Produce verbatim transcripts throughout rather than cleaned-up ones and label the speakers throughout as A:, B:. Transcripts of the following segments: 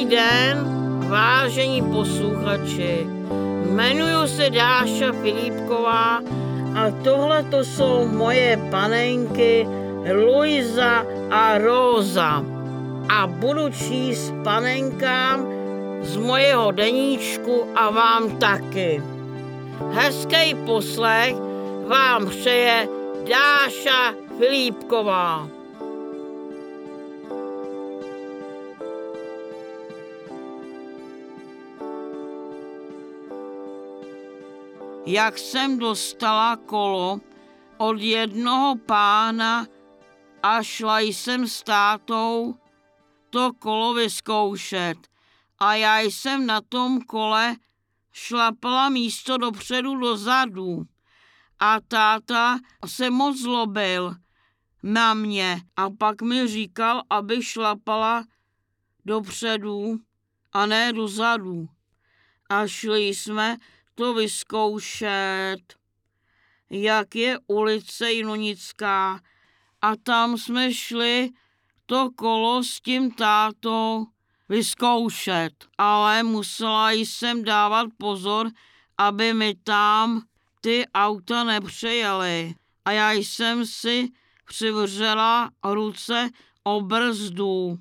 A: den, vážení posluchači. Jmenuji se Dáša Filipková a tohle to jsou moje panenky Luisa a Róza. A budu číst panenkám z mojeho deníčku a vám taky. Hezký poslech vám přeje Dáša Filipková. Jak jsem dostala kolo od jednoho pána a šla jsem s tátou to kolo vyzkoušet. A já jsem na tom kole šlapala místo dopředu dozadu. A táta se moc zlobil na mě a pak mi říkal, aby šlapala dopředu a ne dozadu. A šli jsme to vyzkoušet, jak je ulice Jinonická. A tam jsme šli to kolo s tím tátou vyzkoušet. Ale musela jsem dávat pozor, aby mi tam ty auta nepřejely. A já jsem si přivřela ruce o brzdu,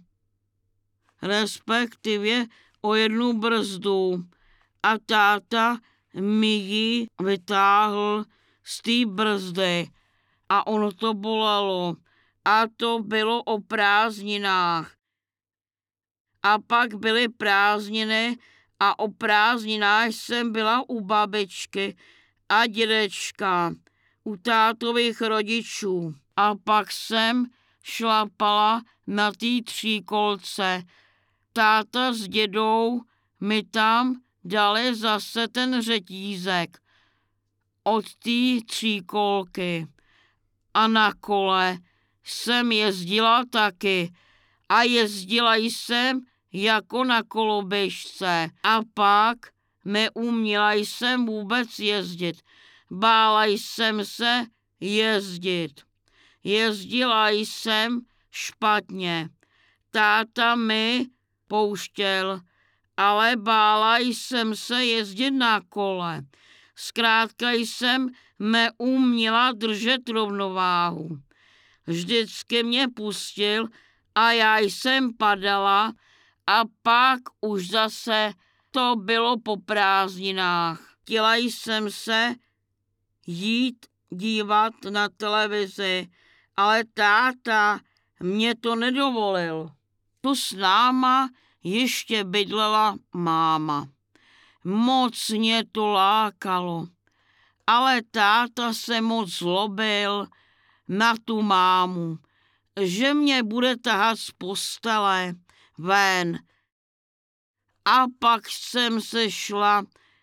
A: respektive o jednu brzdu. A táta mi ji vytáhl z té brzdy a ono to bolelo. A to bylo o prázdninách. A pak byly prázdniny a o prázdninách jsem byla u babičky a dědečka, u tátových rodičů. A pak jsem šlapala na té tříkolce. Táta s dědou mi tam dali zase ten řetízek od té tříkolky. A na kole jsem jezdila taky. A jezdila jsem jako na koloběžce. A pak neuměla jsem vůbec jezdit. Bála jsem se jezdit. Jezdila jsem špatně. Táta mi pouštěl, ale bála jsem se jezdit na kole. Zkrátka jsem neuměla držet rovnováhu. Vždycky mě pustil a já jsem padala a pak už zase to bylo po prázdninách. Chtěla jsem se jít dívat na televizi, ale táta mě to nedovolil. Tu s náma ještě bydlela máma. Moc mě to lákalo, ale táta se moc zlobil na tu mámu, že mě bude tahat z postele ven. A pak jsem se šla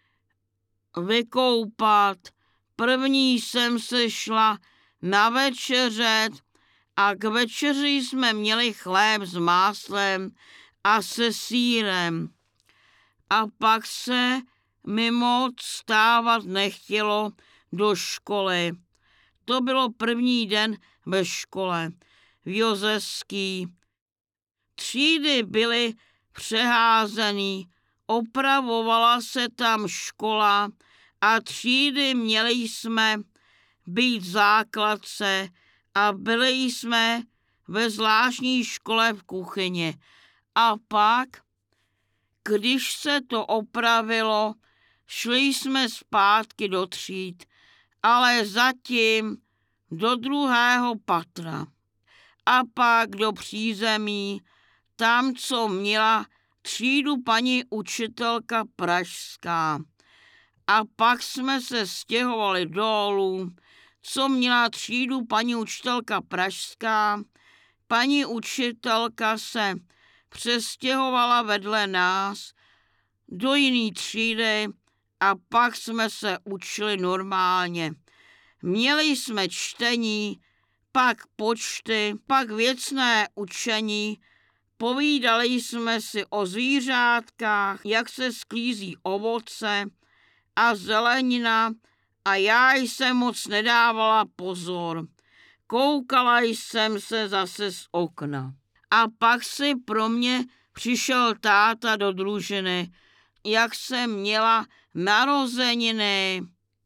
A: vykoupat. První jsem se šla navečeřet a k večeři jsme měli chléb s máslem a se sýrem. A pak se mi moc stávat nechtělo do školy. To bylo první den ve škole v Josefský. Třídy byly přeházený, opravovala se tam škola a třídy měli jsme být v základce a byli jsme ve zvláštní škole v kuchyni. A pak, když se to opravilo, šli jsme zpátky do tříd, ale zatím do druhého patra. A pak do přízemí, tam, co měla třídu paní učitelka pražská. A pak jsme se stěhovali dolů, co měla třídu paní učitelka pražská. Paní učitelka se přestěhovala vedle nás do jiné třídy a pak jsme se učili normálně. Měli jsme čtení, pak počty, pak věcné učení, povídali jsme si o zvířátkách, jak se sklízí ovoce a zelenina a já jsem moc nedávala pozor. Koukala jsem se zase z okna. A pak si pro mě přišel táta do družiny, jak jsem měla narozeniny.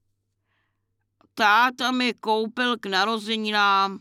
A: Táta mi koupil k narozeninám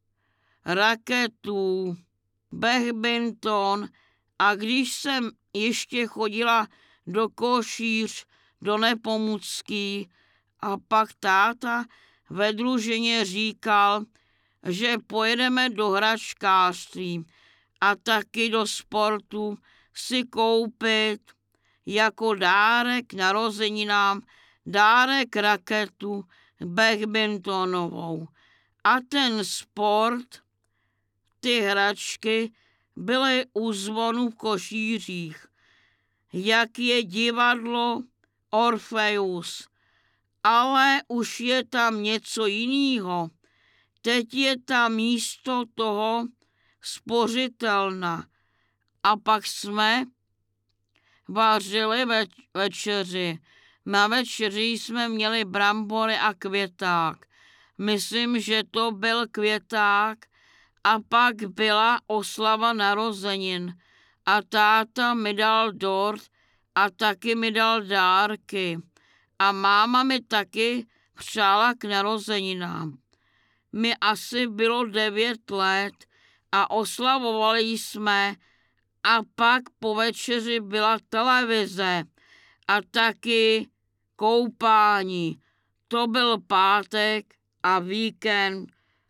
A: raketu, badminton a když jsem ještě chodila do Košíř, do Nepomucký a pak táta ve družině říkal, že pojedeme do hračkářství a taky do sportu si koupit jako dárek narozeninám dárek raketu badmintonovou. A ten sport, ty hračky byly u Zvonu v Košířích, jak je divadlo Orfeus, ale už je tam něco jiného. Teď je tam místo toho spořitelna. A pak jsme vařili ve- večeři. Na večeři jsme měli brambory a květák. Myslím, že to byl květák a pak byla oslava narozenin. A táta mi dal dort a taky mi dal dárky. A máma mi taky přála k narozeninám. Mi asi bylo devět let a oslavovali jsme a pak po večeři byla televize a taky koupání. To byl pátek a víkend.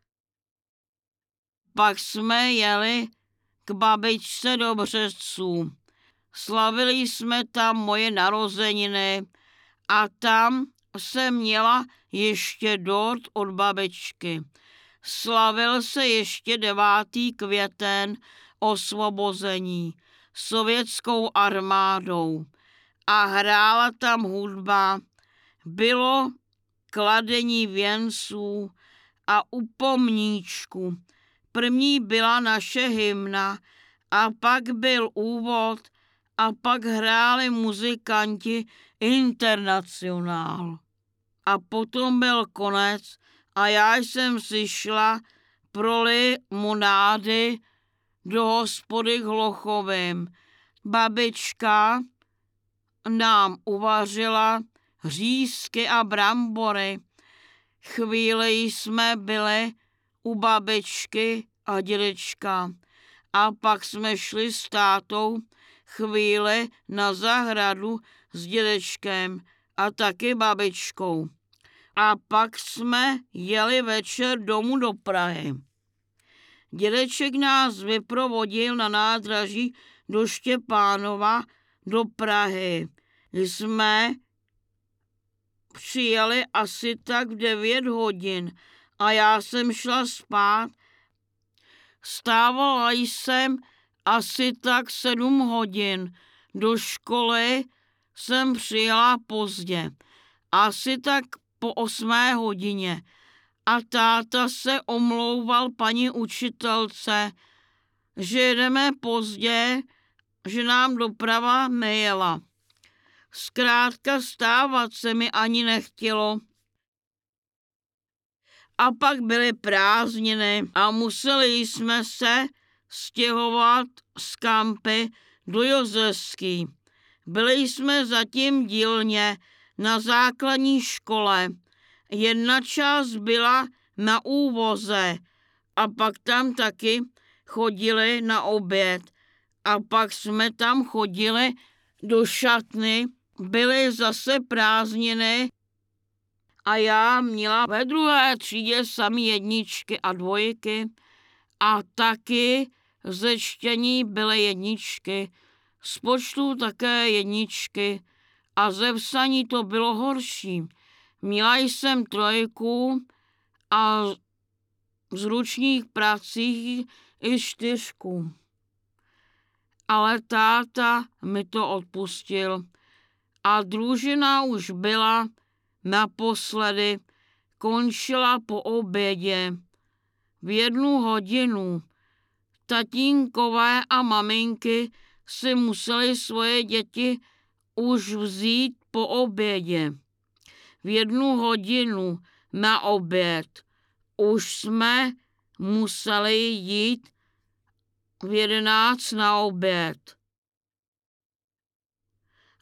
A: Pak jsme jeli k babičce do Březců. Slavili jsme tam moje narozeniny a tam jsem měla ještě dort od babičky. Slavil se ještě devátý květen osvobození sovětskou armádou a hrála tam hudba, bylo kladení věnců a u pomníčku. První byla naše hymna a pak byl úvod a pak hráli muzikanti Internacionál. A potom byl konec a já jsem si šla pro limonády do hospody k Hlochovým. Babička nám uvařila řízky a brambory. Chvíli jsme byli u babičky a dědečka a pak jsme šli s tátou chvíli na zahradu s dědečkem a taky babičkou. A pak jsme jeli večer domů do Prahy. Dědeček nás vyprovodil na nádraží do Štěpánova do Prahy. Jsme přijeli asi tak v devět hodin a já jsem šla spát. Stávala jsem asi tak sedm hodin. Do školy jsem přijela pozdě, asi tak po osmé hodině. A táta se omlouval paní učitelce, že jedeme pozdě, že nám doprava nejela. Zkrátka stávat se mi ani nechtělo. A pak byly prázdniny a museli jsme se stěhovat z Kampy do Jozefský. Byli jsme zatím dílně na základní škole. Jedna část byla na úvoze a pak tam taky chodili na oběd. A pak jsme tam chodili do šatny, byly zase prázdniny a já měla ve druhé třídě samý jedničky a dvojky a taky ze čtení byly jedničky, z počtu také jedničky a ze psaní to bylo horší. Měla jsem trojku a z ručních prací i čtyřku. Ale táta mi to odpustil a družina už byla naposledy, končila po obědě v jednu hodinu. Tatínkové a maminky si museli svoje děti už vzít po obědě. V jednu hodinu na oběd už jsme museli jít v jedenáct na oběd.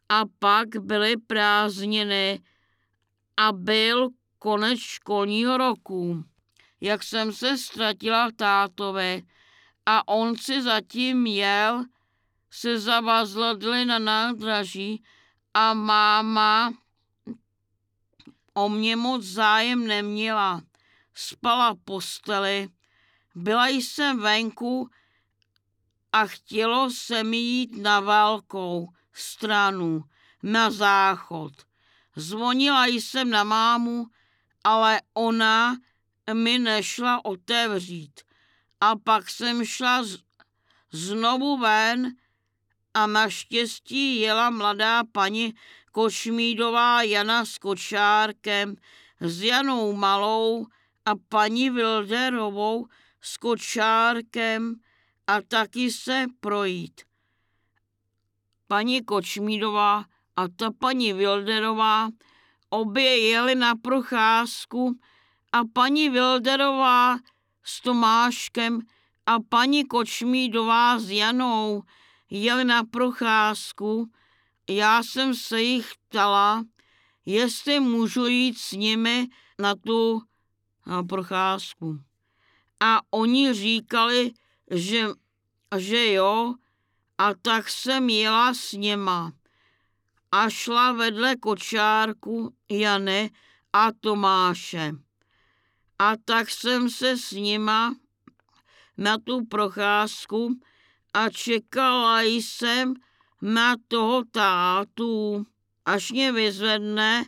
A: A pak byly prázdniny a byl konec školního roku. Jak jsem se ztratila tátovi a on si zatím jel, se zavazladli na nádraží a máma o mě moc zájem neměla. Spala v posteli, byla jsem venku a chtělo se mi jít na velkou stranu, na záchod. Zvonila jsem na mámu, ale ona mi nešla otevřít. A pak jsem šla z, znovu ven a naštěstí jela mladá paní Kočmídová Jana s kočárkem, s Janou Malou a paní Wilderovou s kočárkem a taky se projít. Paní Kočmídová a ta paní Wilderová obě jeli na procházku a paní Wilderová s Tomáškem a paní Kočmídová s Janou jeli na procházku. Já jsem se jich ptala, jestli můžu jít s nimi na tu na procházku. A oni říkali, že, že jo, a tak jsem jela s něma. A šla vedle kočárku Jany a Tomáše. A tak jsem se s nima na tu procházku a čekala jsem na toho tátu, až mě vyzvedne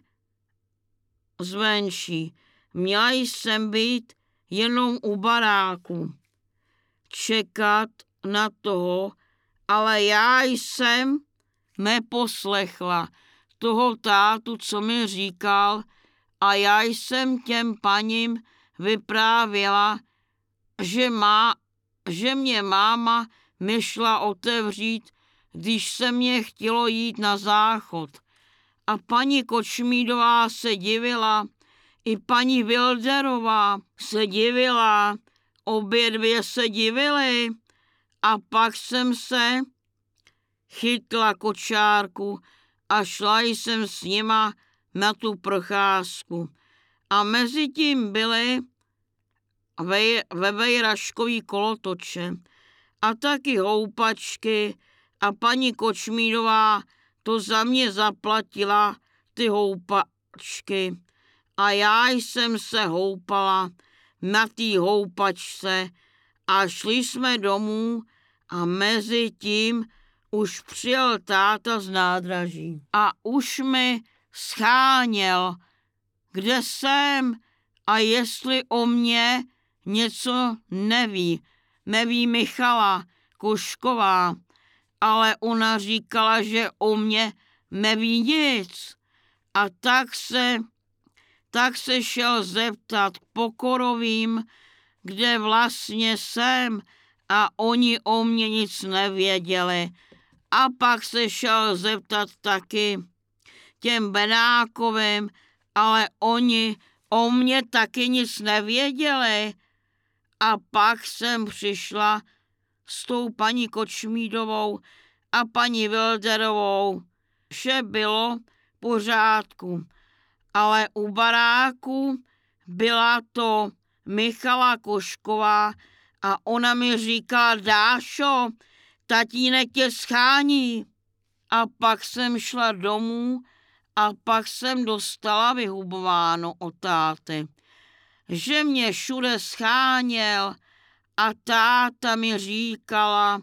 A: zvenčí. Měla jsem být jenom u baráku, čekat na toho, ale já jsem neposlechla toho tátu, co mi říkal, a já jsem těm paním vyprávěla, že, má, že mě máma nešla otevřít, když se mě chtělo jít na záchod. A paní Kočmídová se divila, i paní Wilderová se divila, obě dvě se divily. A pak jsem se chytla kočárku a šla jsem s nima na tu procházku. A mezi tím byly ve, ve Vejraškový kolotoče a taky houpačky a paní Kočmídová to za mě zaplatila, ty houpačky. A já jsem se houpala na té houpačce a šli jsme domů a mezi tím už přijel táta z nádraží a už mi scháněl, kde jsem a jestli o mě něco neví. Neví Michala Košková, ale ona říkala, že o mě neví nic. A tak se, tak se šel zeptat Pokorovým, kde vlastně jsem, a oni o mě nic nevěděli. A pak se šel zeptat taky těm Benákovým, ale oni o mě taky nic nevěděli. A pak jsem přišla s tou paní Kočmídovou a paní Wilderovou. Vše bylo v pořádku, ale u baráku byla to Michala Košková a ona mi říkala: Dášo, tatínek tě schání. A pak jsem šla domů a pak jsem dostala vyhubováno od táty, že mě všude scháněl a táta mi říkala,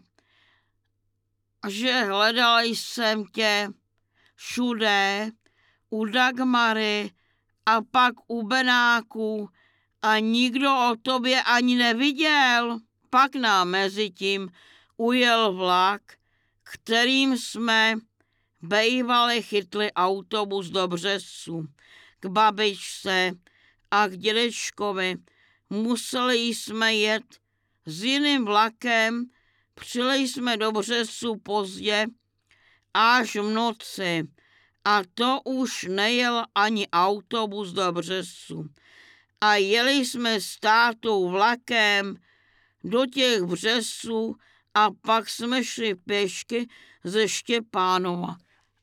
A: že hledala jsem tě všude, u Dagmary a pak u Benáku a nikdo o tobě ani neviděl. Pak nám mezi tím ujel vlak, kterým jsme bejvali chytli autobus do Břesu k babičce a k dědečkovi. Museli jsme jet s jiným vlakem, přijeli jsme do Břesu pozdě až v noci a to už nejel ani autobus do Břesu. A jeli jsme s tátou vlakem do těch Břesů a pak jsme šli pěšky ze Štěpánova.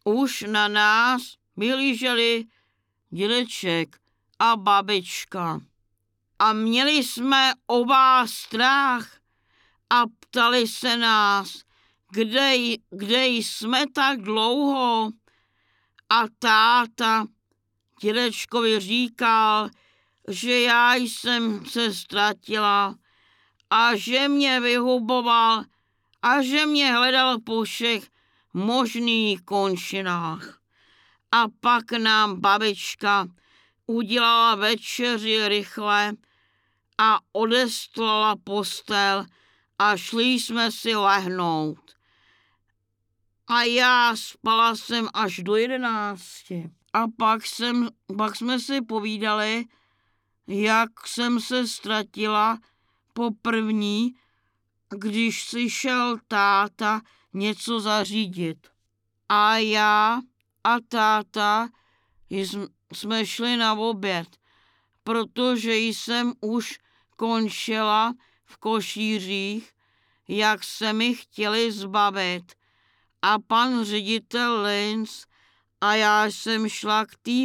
A: už na nás vyhlíželi dědeček a babička. A měli jsme oba strach a ptali se nás, kde, kde jsme tak dlouho. A táta dědečkovi říkal, že já jsem se ztratila a že mě vyhuboval a že mě hledal po všech možných končinách. A pak nám babička udělala večeři rychle a odeslala postel a šli jsme si lehnout. A já spala jsem až do jedenácti. A pak, jsem, pak jsme si povídali, jak jsem se ztratila po první, když si šel táta něco zařídit. A já a táta jsme šli na oběd, protože jsem už končila v košířích, jak se mi chtěli zbavit. A pan ředitel Linz a já jsem šla k té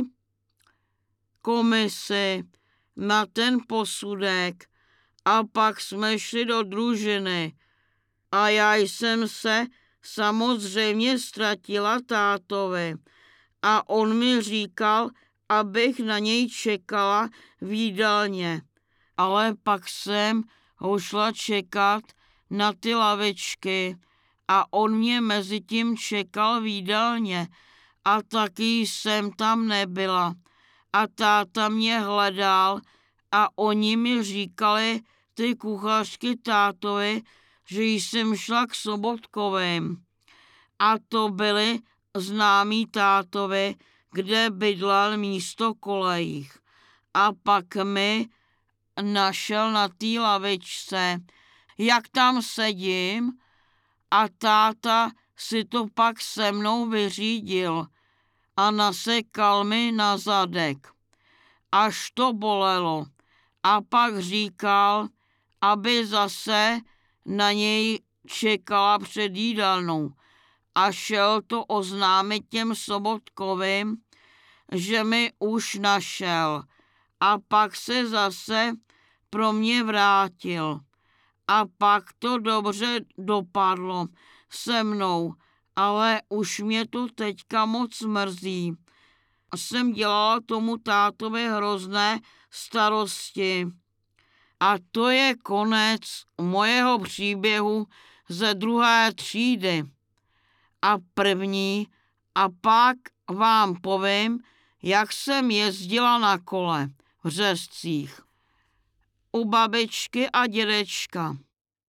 A: komisi na ten posudek a pak jsme šli do družiny. A já jsem se samozřejmě ztratila tátovi a on mi říkal, abych na něj čekala v jídelně. Ale pak jsem ho šla čekat na ty lavičky a on mě mezi tím čekal v jídelně a taky jsem tam nebyla. A táta mě hledal a oni mi říkali, ty kuchařky tátovi, že jsem šla k Sobotkovým. A to byli známí tátovi, kde bydlel místo kolejích. A pak mi našel na té lavičce, jak tam sedím, a táta si to pak se mnou vyřídil a nasekal mi na zadek. Až to bolelo. A pak říkal, aby zase na něj čekala před jídelnou. A šel to oznámit těm Sobotkovým, že mi už našel. A pak se zase pro mě vrátil. A pak to dobře dopadlo se mnou, ale už mě to teďka moc mrzí. Jsem dělala tomu tátovi hrozné starosti. A to je konec mojeho příběhu ze druhé třídy. A první, a pak vám povím, jak jsem jezdila na kole v Řezcích u babičky a dědečka.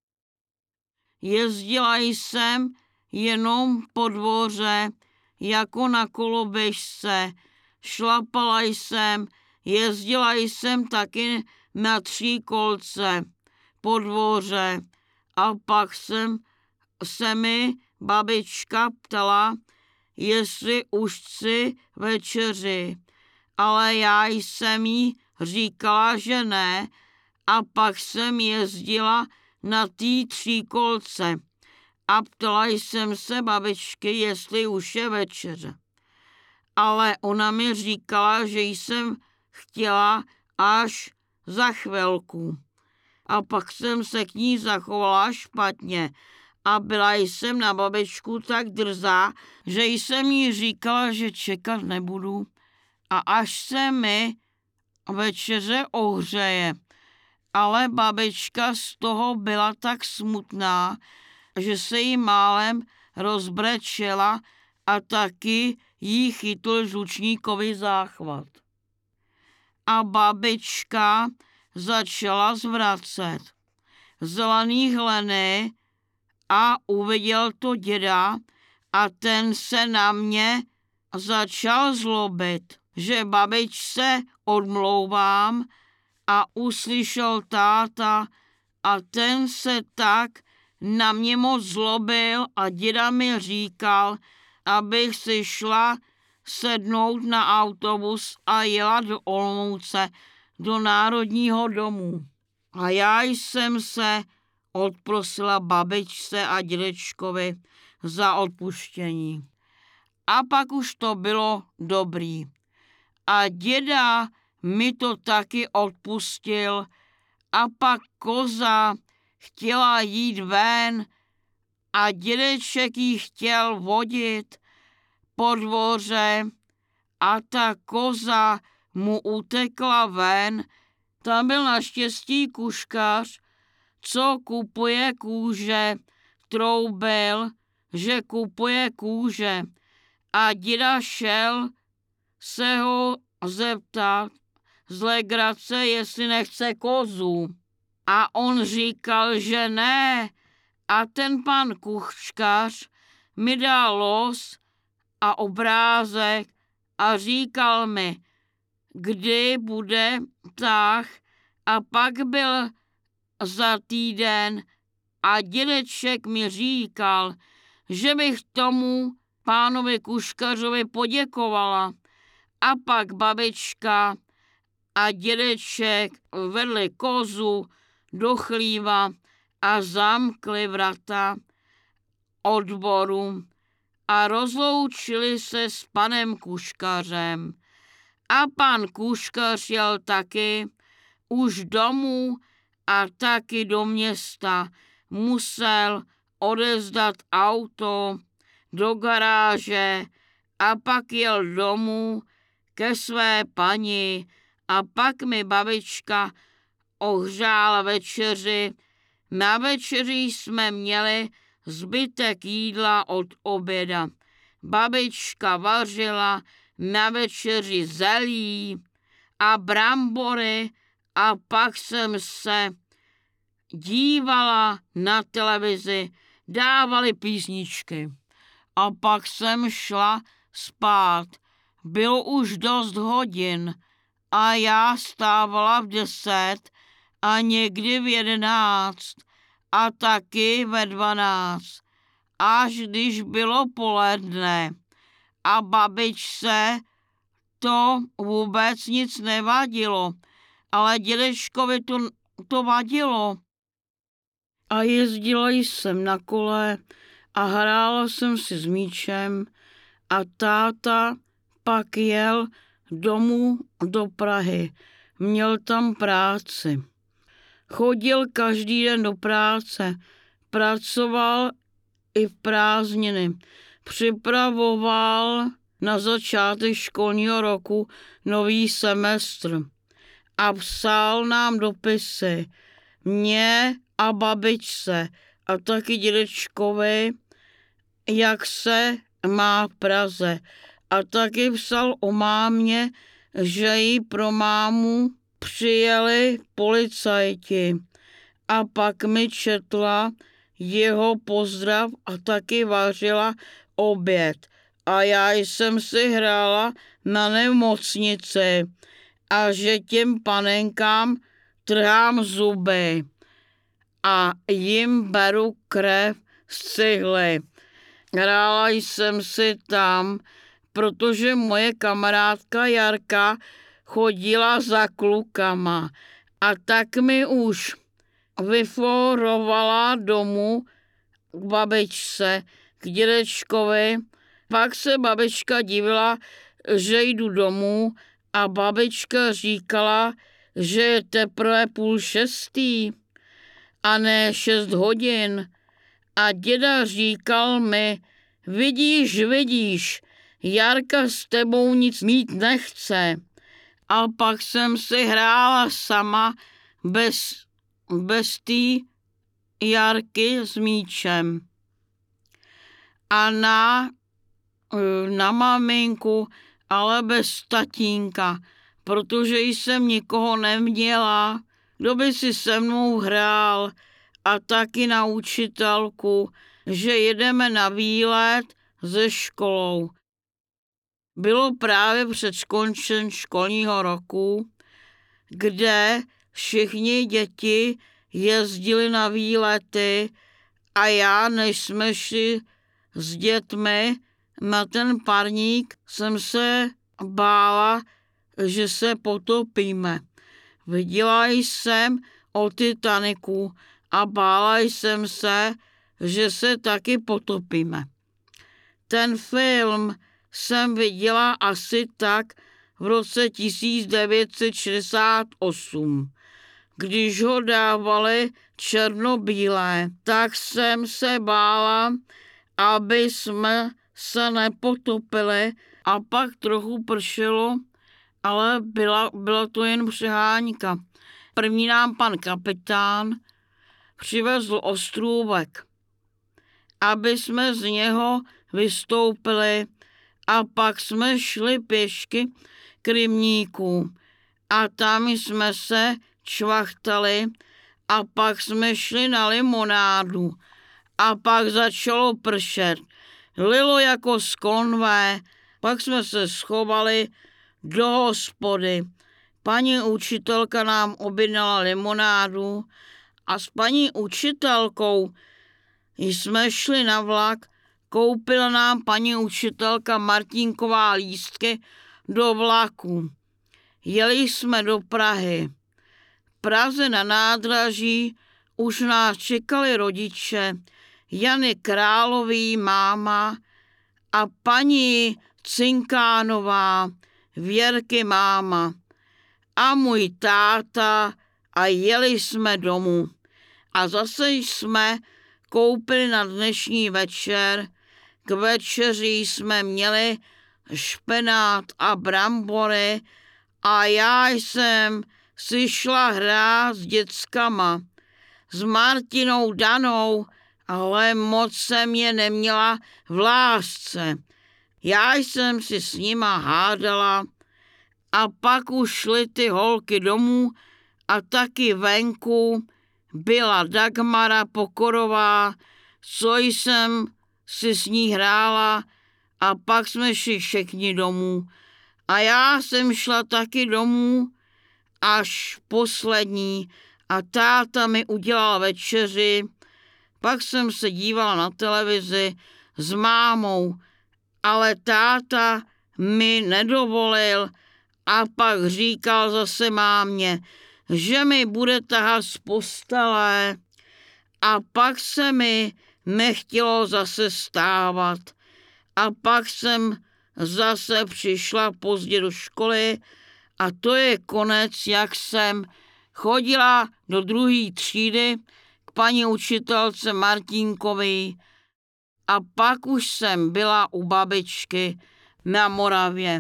A: Jezdila jsem jenom po dvoře, jako na koloběžce, šlapala jsem, jezdila jsem taky na tříkolce po dvoře a pak jsem se mi babička ptala, jestli už chci večeři, ale já jsem jí říkala, že ne, a pak jsem jezdila na té tříkolce a ptala jsem se babičky, jestli už je večeře. Ale ona mi říkala, že jsem chtěla až za chvilku. A pak jsem se k ní zachovala špatně a byla jsem na babičku tak drzá, že jsem jí říkala, že čekat nebudu a až se mi večeře ohřeje. Ale babička z toho byla tak smutná, že se jí málem rozbrečela a taky jí chytl žlučníkový záchvat. A babička začala zvracet zelený hleny a uviděl to děda a ten se na mě začal zlobit, že babičce odmlouvám, a uslyšel táta a ten se tak na mě moc zlobil a děda mi říkal, abych si šla sednout na autobus a jela do Olomouce, do Národního domu. A já jsem se odprosila babičce a dědečkovi za odpuštění. A pak už to bylo dobrý. A děda mi to taky odpustil a pak koza chtěla jít ven a dědeček jí chtěl vodit po dvoře a ta koza mu utekla ven. Tam byl naštěstí kuškař, co kupuje kůže, troubil, že kupuje kůže. A děda šel se ho zeptat z legrace, jestli nechce kozu. A on říkal, že ne. A ten pan kuškař mi dal los a obrázek a říkal mi, kdy bude tah, a pak byl za týden a dědeček mi říkal, že bych tomu pánovi kuškařovi poděkovala. A pak babička a dědeček vedli kozu do chlíva a zamkli vrata od dvoru a rozloučili se s panem kuškařem. A pan kuškař jel taky už domů a taky do města. Musel odevzdat auto do garáže a pak jel domů ke své paní a pak mi babička ohřála večeři. Na večeři jsme měli zbytek jídla od oběda. Babička vařila na večeři zelí a brambory a pak jsem se dívala na televizi, dávali písničky. A pak jsem šla spát. Bylo už dost hodin a já stávala v deset a někdy v jedenáct a taky ve dvanáct. Až když bylo poledne a babičce to vůbec nic nevadilo, ale dědečkovi to, to vadilo. A jezdila jsem na kole a hrála jsem si s míčem a táta pak jel domů do Prahy. Měl tam práci. Chodil každý den do práce. Pracoval i v prázdniny. Připravoval na začátek školního roku nový semestr. A psal nám dopisy. Mně a babičce a taky dědečkovi, jak se má v Praze. A taky psal o mámě, že jí pro mámu přijeli policajti. A pak mi četla jeho pozdrav a taky vařila oběd. A já jsem si hrála na nemocnici a že těm panenkám trhám zuby a jim beru krev z cihly. Hrála jsem si tam, protože moje kamarádka Jarka chodila za klukama a tak mi už vyforovala domů k babičce, k dědečkovi. Pak se babička divila, že jdu domů a babička říkala, že je teprve půl šestý a ne šest hodin. A děda říkal mi, vidíš, vidíš, Jarka s tebou nic mít nechce. A pak jsem si hrála sama bez, bez té Jarky s míčem. A na, na maminku, ale bez tatínka, protože jsem nikoho neměla, kdo by si se mnou hrál, a taky na učitelku, že jedeme na výlet se školou. Bylo právě před skončením školního roku, kde všichni děti jezdili na výlety a já, než jsme šli s dětmi na ten parník, jsem se bála, že se potopíme. Viděla jsem o Titaniku a bála jsem se, že se taky potopíme. Ten film jsem viděla asi tak v roce tisíc devět set šedesát osm. Když ho dávali černobílé, tak jsem se bála, aby jsme se nepotopili, a pak trochu pršelo, ale byla, byla to jen přehánka. První nám pan kapitán přivezl ostrůvek, aby jsme z něho vystoupili, a pak jsme šli pěšky k rybníku a tam jsme se čvachtali a pak jsme šli na limonádu a pak začalo pršet. Lilo jako z konve, pak jsme se schovali do hospody. Paní učitelka nám objednala limonádu a s paní učitelkou jsme šli na vlak. Koupila nám paní učitelka Martinková lístky do vlaku. Jeli jsme do Prahy. V Praze na nádraží už nás čekali rodiče, Jany Králový, máma, a paní Cinkánová, Věrky máma, a můj táta, a jeli jsme domů. A zase jsme koupili na dnešní večer. K večeři jsme měli špenát a brambory a já jsem si šla hrát s dětskama, s Martinou, Danou, ale moc jsem je neměla v lásce. Já jsem si s nima hádala a pak už šly ty holky domů a taky venku byla Dagmara Pokorová, co jsem si s ní hrála, a pak jsme šli všichni domů. A já jsem šla taky domů až poslední a táta mi udělal večeři. Pak jsem se dívala na televizi s mámou, ale táta mi nedovolil a pak říkal zase mámě, že mi bude tahat z postele, a pak se mi nechtělo zase stávat. A pak jsem zase přišla pozdě do školy a to je konec, jak jsem chodila do druhé třídy k paní učitelce Martinkové a pak už jsem byla u babičky na Moravě.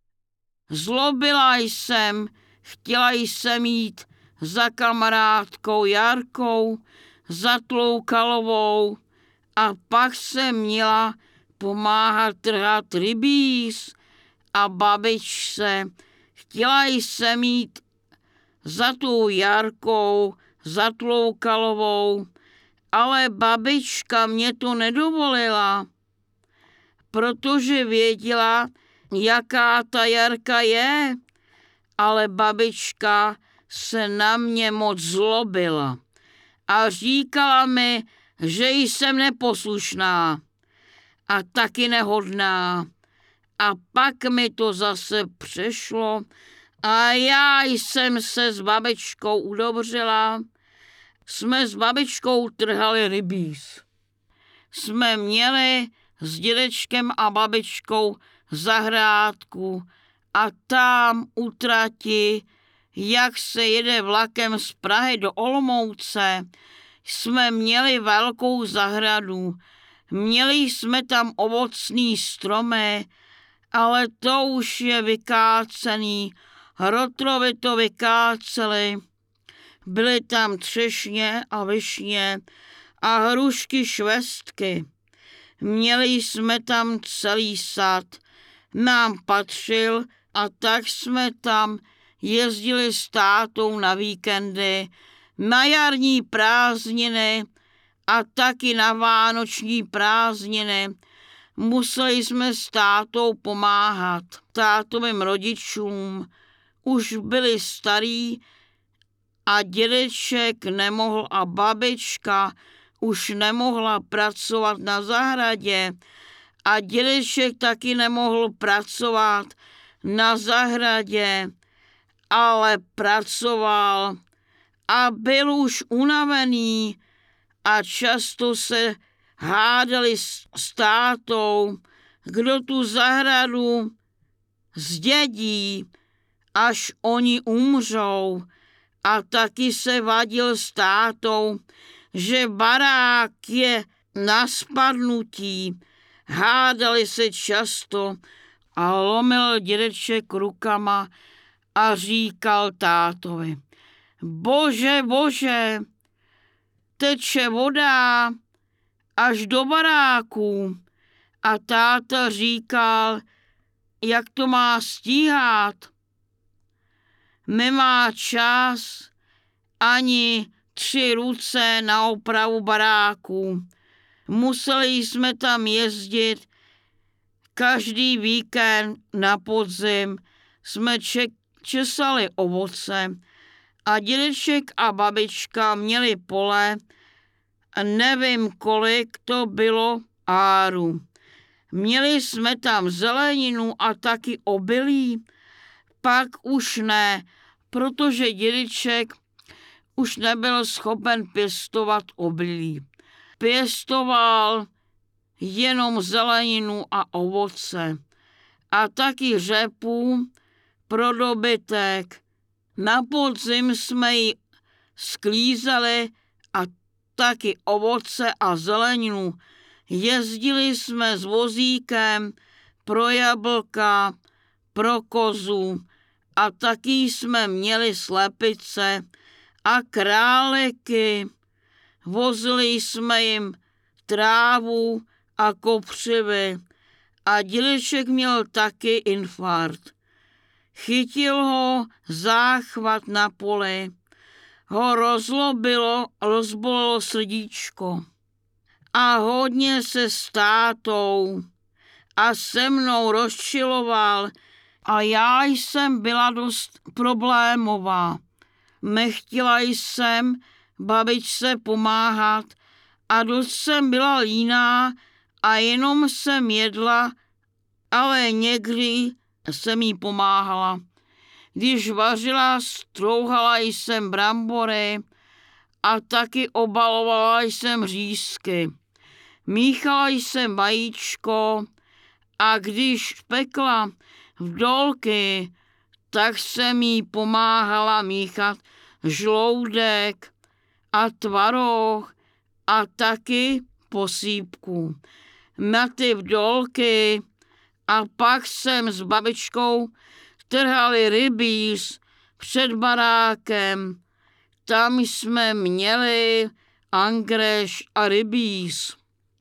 A: Zlobila jsem, chtěla jsem jít za kamarádkou Jarkou, za Tloukalovou, a pak jsem měla pomáhat trhat rybíz a babičce. Chtěla jsem jít za tou Jarkou, za Tloukalovou, ale babička mě to nedovolila, protože věděla, jaká ta Jarka je, ale babička se na mě moc zlobila a říkala mi, že jsem neposlušná a taky nehodná. A pak mi to zase přešlo a já jsem se s babičkou udobřila. Jsme s babičkou trhali rybíz. Jsme měli s dědečkem a babičkou zahrádku a tam u trati, jak se jede vlakem z Prahy do Olomouce, jsme měli velkou zahradu. Měli jsme tam ovocný stromy, ale to už je vykácený. Rotrovi to vykáceli. Byly tam třešně a višně a hrušky švestky. Měli jsme tam celý sad. Nám patřil a tak jsme tam jezdili s tátou na víkendy, na jarní prázdniny a taky na vánoční prázdniny. Museli jsme s tátou pomáhat tátovým rodičům. Už byli starí a dědeček nemohl a babička už nemohla pracovat na zahradě a dědeček taky nemohl pracovat na zahradě, ale pracoval a byl už unavený a často se hádali s tátou kdo tu zahradu zdědí, až oni umřou. A taky se vadil s tátou, že barák je na spadnutí. Hádali se často a lomil dědeček rukama a říkal tátovi: Bože, bože, teče voda až do baráků. A táta říkal, jak to má stíhat. Nemá čas ani tři ruce na opravu baráků. Museli jsme tam jezdit každý víkend na podzim. Jsme ček, česali ovoce a dědeček a babička měli pole a nevím, kolik to bylo áru. Měli jsme tam zeleninu a taky obilí. Pak už ne, protože dědeček už nebyl schopen pěstovat obilí. Pěstoval jenom zeleninu a ovoce a taky řepu pro dobytek. Na podzim jsme ji sklízeli a taky ovoce a zeleninu. Jezdili jsme s vozíkem pro jablka, pro kozu a taky jsme měli slepice a králíky. Vozili jsme jim trávu a kopřivy a dědeček měl taky infarkt. Chytil ho záchvat na poli, ho rozlobilo, rozbolelo srdíčko a hodně se s tátou a se mnou rozčiloval a já jsem byla dost problémová. Nechtěla jsem babičce pomáhat a dost jsem byla líná a jenom jsem jedla, ale někdy jsem jí pomáhala. Když vařila, strouhala jsem brambory a taky obalovala jsem řízky. Míchala jsem vajíčko a když pekla vdolky, tak jsem jí pomáhala míchat žloudek a tvaroh a taky posýpku na ty vdolky. A pak jsem s babičkou trhali rybíz před barákem. Tam jsme měli angreš a rybíz.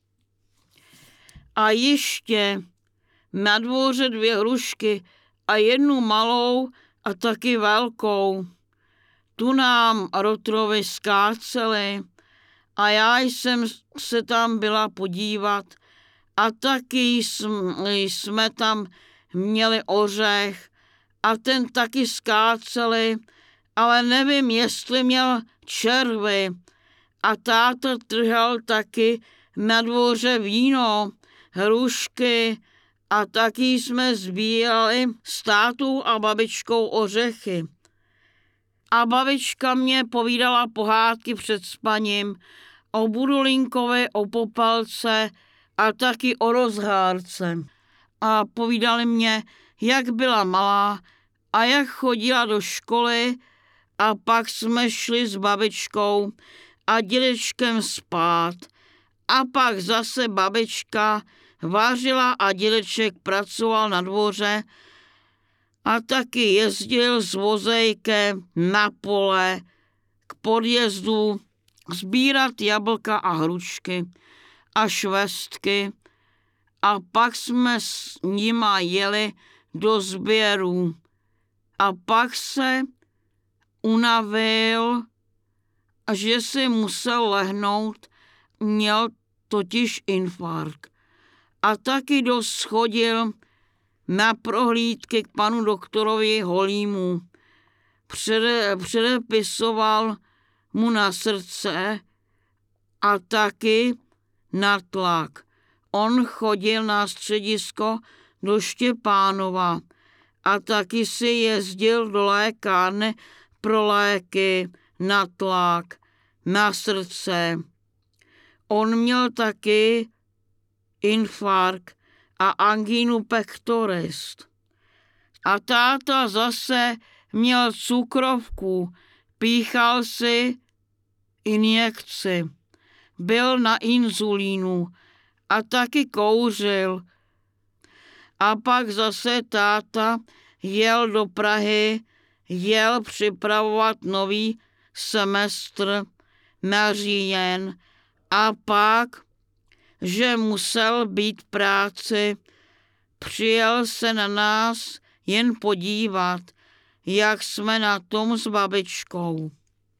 A: A ještě na dvoře dvě hrušky a jednu malou a taky velkou. Tu nám rotrovi skáceli a já jsem se tam byla podívat a taky jsme tam měli ořech a ten taky skáceli, ale nevím, jestli měl červy. A táta trhal taky na dvoře víno, hrušky a taky jsme sbírali s tátou a babičkou ořechy. A babička mě povídala pohádky před spaním o Budulinkovi, o Popelce a taky o rozhárce. A povídali mě, jak byla malá a jak chodila do školy a pak jsme šli s babičkou a dědečkem spát. A pak zase babička vařila a dědeček pracoval na dvoře a taky jezdil s vozejkem na pole k podjezdu sbírat jablka a hrušky a švestky a pak jsme s nima jeli do sběru a pak se unavil a že si musel lehnout, měl totiž infarkt. A taky dost chodil na prohlídky k panu doktorovi Holímu. Přede, předepisoval mu na srdce a taky na tlak. On chodil na středisko do Štěpánova a taky si jezdil do lékárny pro léky na tlak, na srdce. On měl taky infarkt a angínu pectoris. A táta zase měl cukrovku, píchal si injekci, byl na inzulínu a taky kouřil. A pak zase táta jel do Prahy, jel připravovat nový semestr na říjen a pak, že musel být v práci, přijel se na nás jen podívat, jak jsme na tom s babičkou.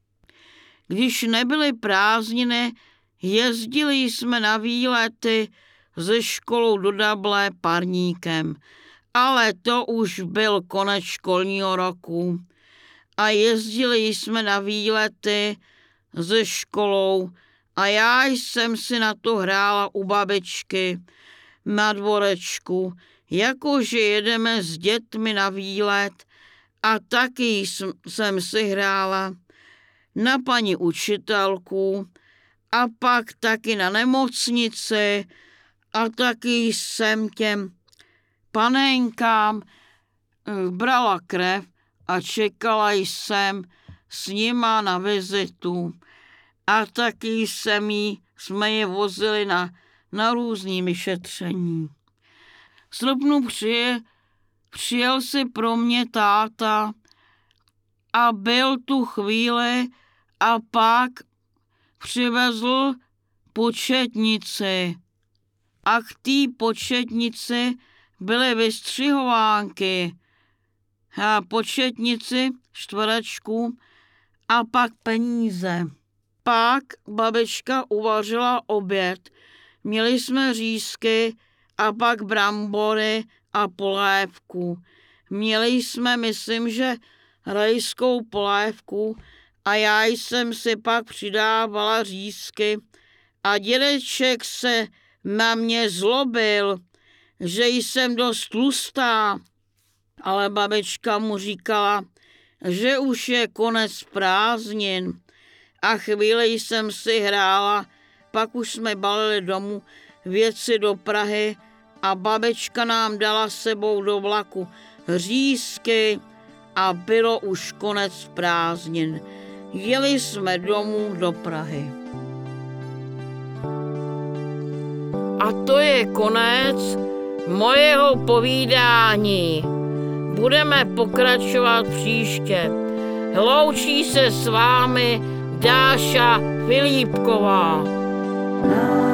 A: Když nebyly prázdniny, jezdili jsme na výlety ze školou do Dable parníkem, ale to už byl konec školního roku. A jezdili jsme na výlety ze školou a já jsem si na to hrála u babičky na dvorečku, jakože jedeme s dětmi na výlet a taky jsem si hrála na paní učitelku a pak taky na nemocnici a taky jsem těm panenkám brala krev a čekala jsem s nima na vizitu. A taky jsem jí, jsme je vozili na, na různý vyšetření. V srpnu přijel, přijel si pro mě táta a byl tu chvíli a pak přivezl početnici. A k té početnici byly vystřihovánky a početnici čtverečku a pak peníze. Pak babička uvařila oběd. Měli jsme řízky a pak brambory a polévku. Měli jsme, myslím, že rajskou polévku a já jsem si pak přidávala řízky a dědeček se na mě zlobil, že jsem dost tlustá, ale babička mu říkala, že už je konec prázdnin. A chvíli jsem si hrála, pak už jsme balili domů věci do Prahy a babička nám dala sebou do vlaku řízky a bylo už konec prázdnin. Jeli jsme domů do Prahy. A to je konec mojeho povídání. Budeme pokračovat příště. Loučí se s vámi Dáša Filipková.